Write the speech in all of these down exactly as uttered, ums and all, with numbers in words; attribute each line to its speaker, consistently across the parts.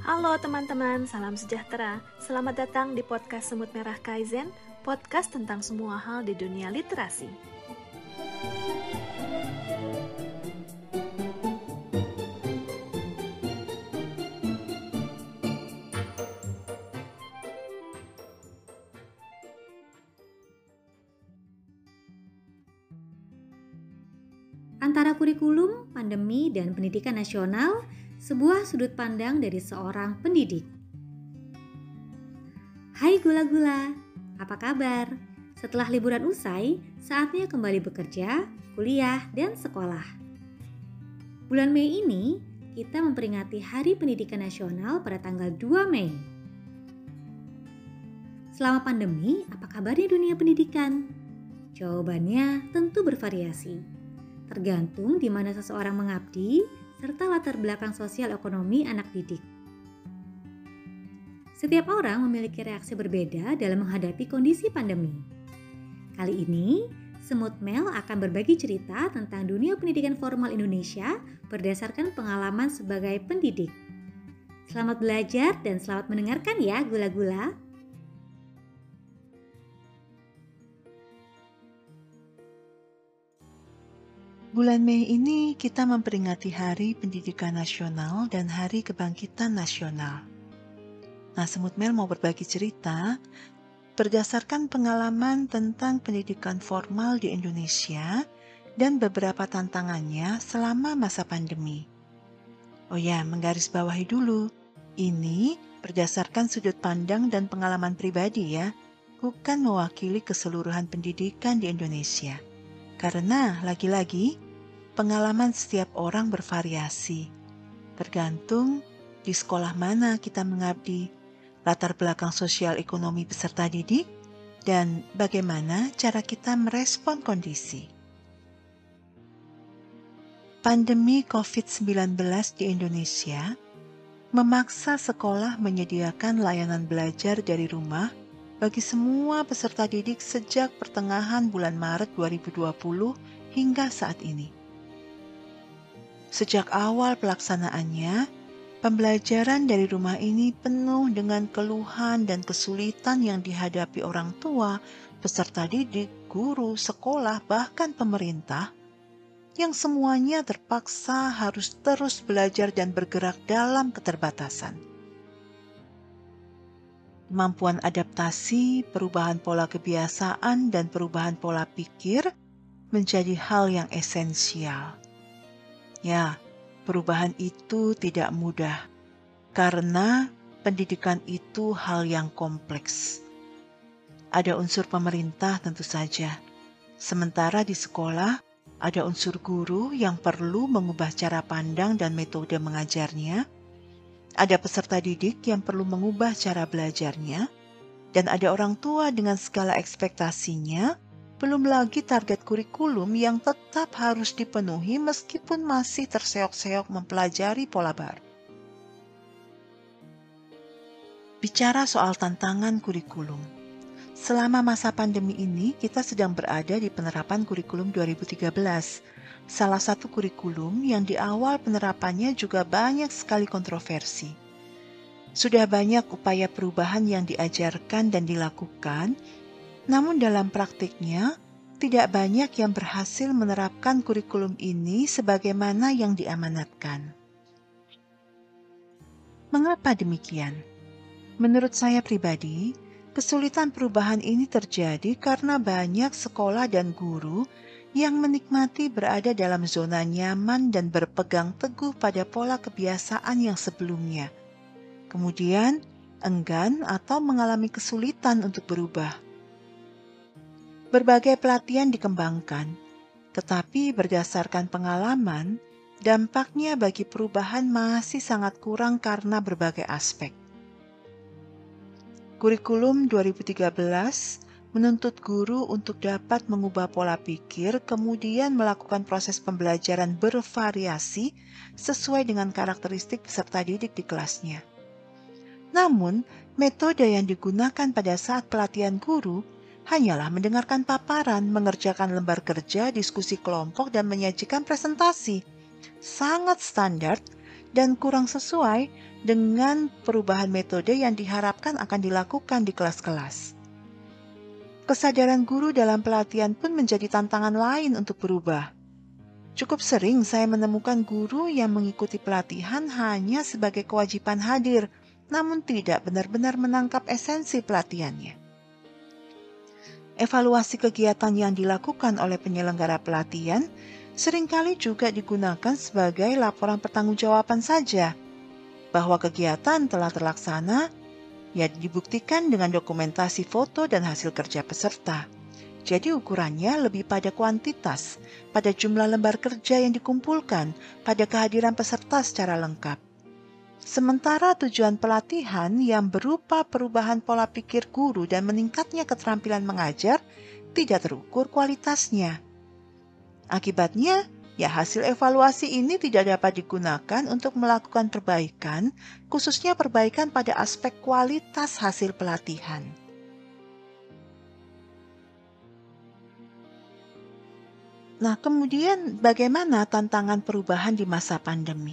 Speaker 1: Halo teman-teman, salam sejahtera. Selamat datang di podcast Semut Merah Kaizen, podcast tentang semua hal di dunia literasi.
Speaker 2: Antara kurikulum, pandemi, dan pendidikan nasional, sebuah sudut pandang dari seorang pendidik. Hai gula-gula, apa kabar? Setelah liburan usai, saatnya kembali bekerja, kuliah, dan sekolah. Bulan Mei ini, kita memperingati Hari Pendidikan Nasional pada tanggal dua Mei. Selama pandemi, apa kabarnya dunia pendidikan? Jawabannya tentu bervariasi. Tergantung di mana seseorang mengabdi, serta latar belakang sosial ekonomi anak didik. Setiap orang memiliki reaksi berbeda dalam menghadapi kondisi pandemi. Kali ini, Semut Mel akan berbagi cerita tentang dunia pendidikan formal Indonesia berdasarkan pengalaman sebagai pendidik. Selamat belajar dan selamat mendengarkan ya gula-gula.
Speaker 3: Bulan Mei ini kita memperingati Hari Pendidikan Nasional dan Hari Kebangkitan Nasional. Nah, Semut Mel mau berbagi cerita berdasarkan pengalaman tentang pendidikan formal di Indonesia dan beberapa tantangannya selama masa pandemi. Oh ya, menggarisbawahi dulu, ini berdasarkan sudut pandang dan pengalaman pribadi ya, bukan mewakili keseluruhan pendidikan di Indonesia. Karena lagi-lagi, pengalaman setiap orang bervariasi, tergantung di sekolah mana kita mengabdi, latar belakang sosial ekonomi peserta didik, dan bagaimana cara kita merespon kondisi. Pandemi covid sembilan belas di Indonesia memaksa sekolah menyediakan layanan belajar dari rumah bagi semua peserta didik sejak pertengahan bulan Maret dua ribu dua puluh hingga saat ini. Sejak awal pelaksanaannya, pembelajaran dari rumah ini penuh dengan keluhan dan kesulitan yang dihadapi orang tua, peserta didik, guru, sekolah, bahkan pemerintah, yang semuanya terpaksa harus terus belajar dan bergerak dalam keterbatasan. Kemampuan adaptasi, perubahan pola kebiasaan, dan perubahan pola pikir menjadi hal yang esensial. Ya, perubahan itu tidak mudah, karena pendidikan itu hal yang kompleks. Ada unsur pemerintah tentu saja, sementara di sekolah ada unsur guru yang perlu mengubah cara pandang dan metode mengajarnya, ada peserta didik yang perlu mengubah cara belajarnya, dan ada orang tua dengan segala ekspektasinya, belum lagi target kurikulum yang tetap harus dipenuhi meskipun masih terseok-seok mempelajari pola baru. Bicara soal tantangan kurikulum, selama masa pandemi ini kita sedang berada di penerapan kurikulum dua ribu tiga belas. Salah satu kurikulum yang di awal penerapannya juga banyak sekali kontroversi. Sudah banyak upaya perubahan yang diajarkan dan dilakukan, namun dalam praktiknya, tidak banyak yang berhasil menerapkan kurikulum ini sebagaimana yang diamanatkan. Mengapa demikian? Menurut saya pribadi, kesulitan perubahan ini terjadi karena banyak sekolah dan guru yang menikmati berada dalam zona nyaman dan berpegang teguh pada pola kebiasaan yang sebelumnya. Kemudian, enggan atau mengalami kesulitan untuk berubah. Berbagai pelatihan dikembangkan, tetapi berdasarkan pengalaman, dampaknya bagi perubahan masih sangat kurang karena berbagai aspek. Kurikulum dua ribu tiga belas menuntut guru untuk dapat mengubah pola pikir, kemudian melakukan proses pembelajaran bervariasi sesuai dengan karakteristik peserta didik di kelasnya. Namun, metode yang digunakan pada saat pelatihan guru hanyalah mendengarkan paparan, mengerjakan lembar kerja, diskusi kelompok, dan menyajikan presentasi. Sangat standar dan kurang sesuai dengan perubahan metode yang diharapkan akan dilakukan di kelas-kelas. Kesadaran guru dalam pelatihan pun menjadi tantangan lain untuk berubah. Cukup sering saya menemukan guru yang mengikuti pelatihan hanya sebagai kewajiban hadir, namun tidak benar-benar menangkap esensi pelatihannya. Evaluasi kegiatan yang dilakukan oleh penyelenggara pelatihan seringkali juga digunakan sebagai laporan pertanggungjawaban saja, bahwa kegiatan telah terlaksana, ya dibuktikan dengan dokumentasi foto dan hasil kerja peserta. Jadi ukurannya lebih pada kuantitas, pada jumlah lembar kerja yang dikumpulkan, pada kehadiran peserta secara lengkap. Sementara tujuan pelatihan yang berupa perubahan pola pikir guru dan meningkatnya keterampilan mengajar tidak terukur kualitasnya. Akibatnya, ya hasil evaluasi ini tidak dapat digunakan untuk melakukan perbaikan, khususnya perbaikan pada aspek kualitas hasil pelatihan. Nah, kemudian bagaimana tantangan perubahan di masa pandemi?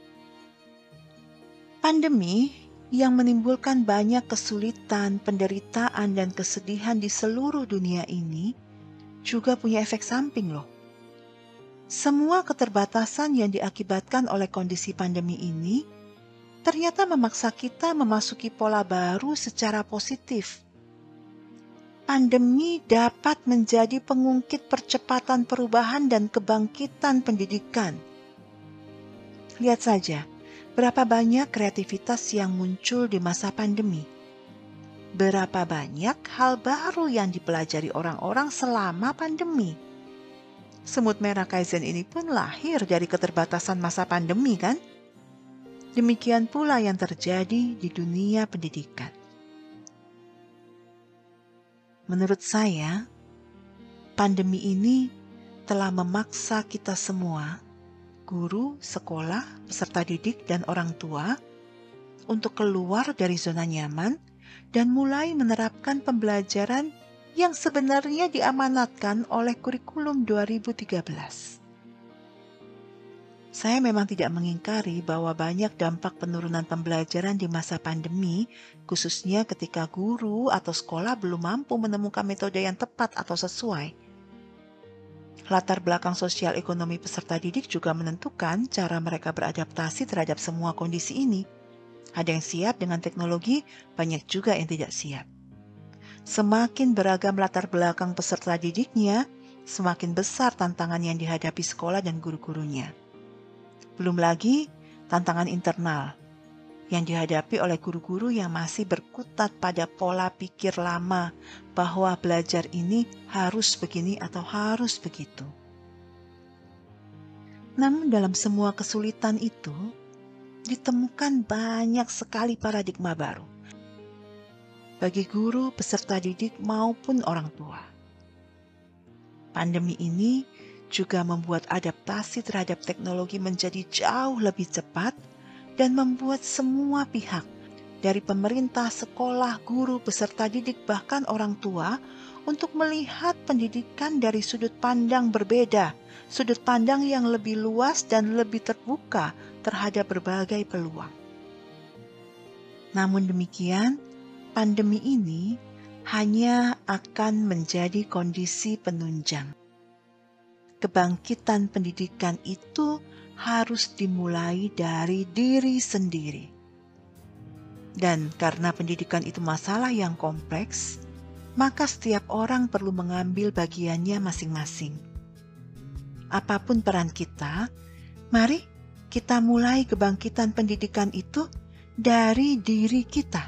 Speaker 3: Pandemi yang menimbulkan banyak kesulitan, penderitaan, dan kesedihan di seluruh dunia ini juga punya efek samping loh. Semua keterbatasan yang diakibatkan oleh kondisi pandemi ini ternyata memaksa kita memasuki pola baru secara positif. Pandemi dapat menjadi pengungkit percepatan perubahan dan kebangkitan pendidikan. Lihat saja, berapa banyak kreativitas yang muncul di masa pandemi. Berapa banyak hal baru yang dipelajari orang-orang selama pandemi. Semut Merah Kaizen ini pun lahir dari keterbatasan masa pandemi, kan? Demikian pula yang terjadi di dunia pendidikan. Menurut saya, pandemi ini telah memaksa kita semua, guru, sekolah, peserta didik, dan orang tua, untuk keluar dari zona nyaman dan mulai menerapkan pembelajaran yang sebenarnya diamanatkan oleh kurikulum dua ribu tiga belas. Saya memang tidak mengingkari bahwa banyak dampak penurunan pembelajaran di masa pandemi, khususnya ketika guru atau sekolah belum mampu menemukan metode yang tepat atau sesuai. Latar belakang sosial ekonomi peserta didik juga menentukan cara mereka beradaptasi terhadap semua kondisi ini. Ada yang siap dengan teknologi, banyak juga yang tidak siap. Semakin beragam latar belakang peserta didiknya, semakin besar tantangan yang dihadapi sekolah dan guru-gurunya. Belum lagi tantangan internal yang dihadapi oleh guru-guru yang masih berkutat pada pola pikir lama bahwa belajar ini harus begini atau harus begitu. Namun dalam semua kesulitan itu, ditemukan banyak sekali paradigma baru bagi guru, peserta didik maupun orang tua. Pandemi ini juga membuat adaptasi terhadap teknologi menjadi jauh lebih cepat dan membuat semua pihak, dari pemerintah, sekolah, guru, peserta didik, bahkan orang tua, untuk melihat pendidikan dari sudut pandang berbeda, sudut pandang yang lebih luas dan lebih terbuka terhadap berbagai peluang. Namun demikian, pandemi ini hanya akan menjadi kondisi penunjang. Kebangkitan pendidikan itu harus dimulai dari diri sendiri. Dan karena pendidikan itu masalah yang kompleks, maka setiap orang perlu mengambil bagiannya masing-masing. Apapun peran kita, mari kita mulai kebangkitan pendidikan itu dari diri kita.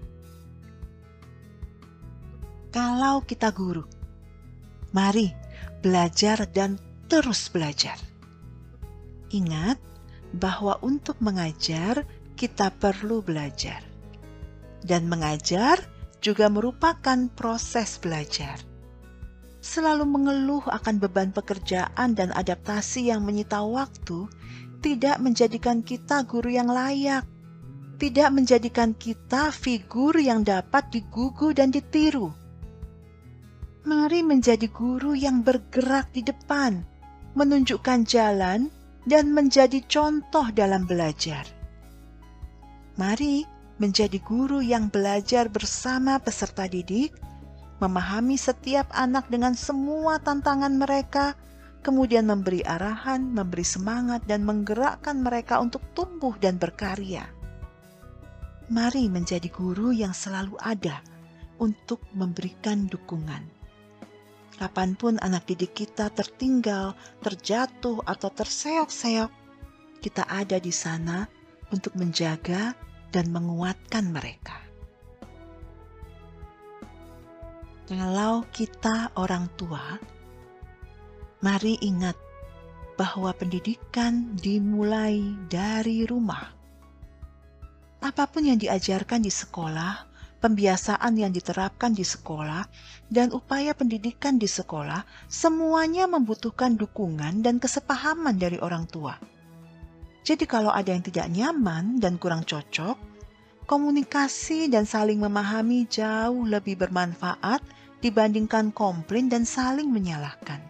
Speaker 3: Kalau kita guru, mari belajar dan terus belajar. Ingat bahwa untuk mengajar kita perlu belajar. Dan mengajar juga merupakan proses belajar. Selalu mengeluh akan beban pekerjaan dan adaptasi yang menyita waktu tidak menjadikan kita guru yang layak. Tidak menjadikan kita figur yang dapat digugu dan ditiru. Mari menjadi guru yang bergerak di depan, menunjukkan jalan, dan menjadi contoh dalam belajar. Mari menjadi guru yang belajar bersama peserta didik, memahami setiap anak dengan semua tantangan mereka, kemudian memberi arahan, memberi semangat, dan menggerakkan mereka untuk tumbuh dan berkarya. Mari menjadi guru yang selalu ada untuk memberikan dukungan. Kapanpun anak didik kita tertinggal, terjatuh, atau terseok-seok, kita ada di sana untuk menjaga dan menguatkan mereka. Kalau kita orang tua, mari ingat bahwa pendidikan dimulai dari rumah. Apapun yang diajarkan di sekolah, pembiasaan yang diterapkan di sekolah, dan upaya pendidikan di sekolah, semuanya membutuhkan dukungan dan kesepahaman dari orang tua. Jadi kalau ada yang tidak nyaman dan kurang cocok, komunikasi dan saling memahami jauh lebih bermanfaat dibandingkan komplain dan saling menyalahkan.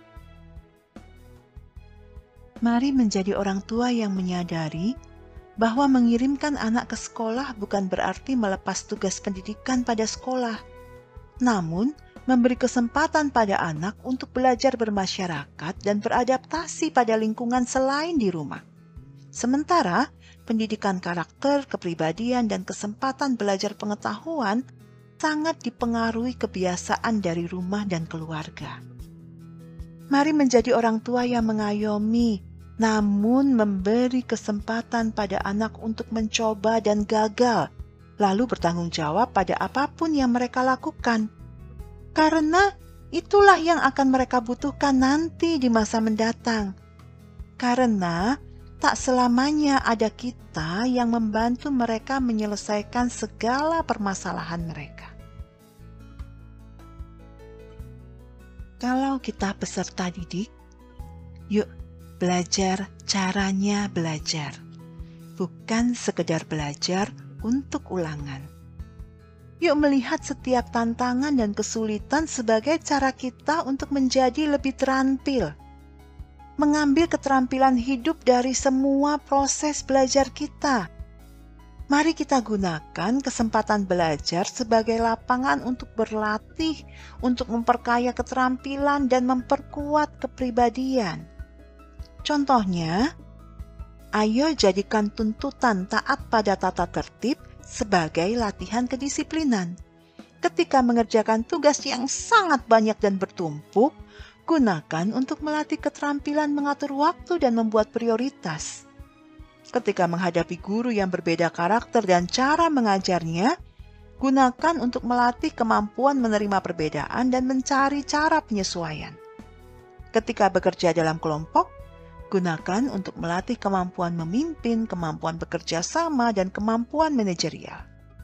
Speaker 3: Mari menjadi orang tua yang menyadari bahwa mengirimkan anak ke sekolah bukan berarti melepas tugas pendidikan pada sekolah, namun memberi kesempatan pada anak untuk belajar bermasyarakat dan beradaptasi pada lingkungan selain di rumah. Sementara, pendidikan karakter, kepribadian, dan kesempatan belajar pengetahuan sangat dipengaruhi kebiasaan dari rumah dan keluarga. Mari menjadi orang tua yang mengayomi, namun memberi kesempatan pada anak untuk mencoba dan gagal, lalu bertanggung jawab pada apapun yang mereka lakukan. Karena itulah yang akan mereka butuhkan nanti di masa mendatang. Karena tak selamanya ada kita yang membantu mereka menyelesaikan segala permasalahan mereka. Kalau kita peserta didik, yuk belajar caranya belajar, bukan sekedar belajar untuk ulangan. Yuk melihat setiap tantangan dan kesulitan sebagai cara kita untuk menjadi lebih terampil, mengambil keterampilan hidup dari semua proses belajar kita. Mari kita gunakan kesempatan belajar sebagai lapangan untuk berlatih, untuk memperkaya keterampilan dan memperkuat kepribadian. Contohnya, ayo jadikan tuntutan taat pada tata tertib sebagai latihan kedisiplinan. Ketika mengerjakan tugas yang sangat banyak dan bertumpuk, gunakan untuk melatih keterampilan mengatur waktu dan membuat prioritas. Ketika menghadapi guru yang berbeda karakter dan cara mengajarnya, gunakan untuk melatih kemampuan menerima perbedaan dan mencari cara penyesuaian. Ketika bekerja dalam kelompok, gunakan untuk melatih kemampuan memimpin, kemampuan bekerja sama, dan kemampuan manajerial.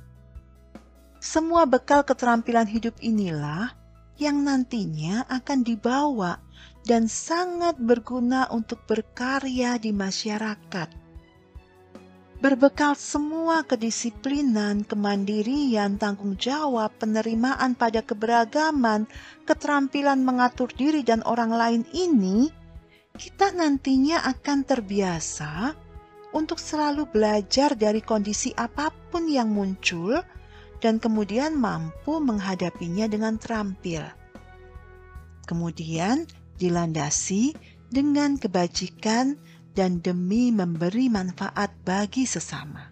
Speaker 3: Semua bekal keterampilan hidup inilah yang nantinya akan dibawa dan sangat berguna untuk berkarya di masyarakat. Berbekal semua kedisiplinan, kemandirian, tanggung jawab, penerimaan pada keberagaman, keterampilan mengatur diri dan orang lain ini, kita nantinya akan terbiasa untuk selalu belajar dari kondisi apapun yang muncul dan kemudian mampu menghadapinya dengan terampil. Kemudian dilandasi dengan kebajikan dan demi memberi manfaat bagi sesama.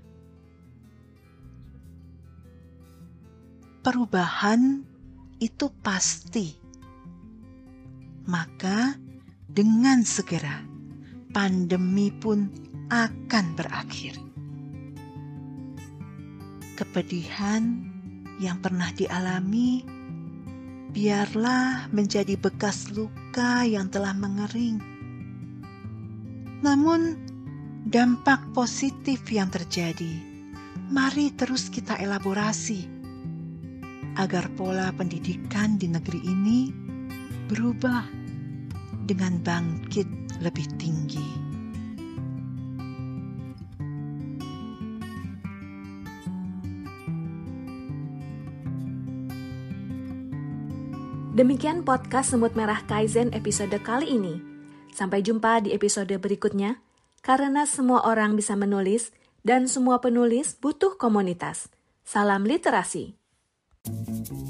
Speaker 3: Perubahan itu pasti. Maka dengan segera pandemi pun akan berakhir. Kepedihan yang pernah dialami biarlah menjadi bekas luka yang telah mengering. Namun, dampak positif yang terjadi, mari terus kita elaborasi agar pola pendidikan di negeri ini berubah dengan bangkit lebih tinggi.
Speaker 1: Demikian podcast Semut Merah Kaizen episode kali ini. Sampai jumpa di episode berikutnya, karena semua orang bisa menulis Dan semua penulis butuh komunitas. Salam literasi.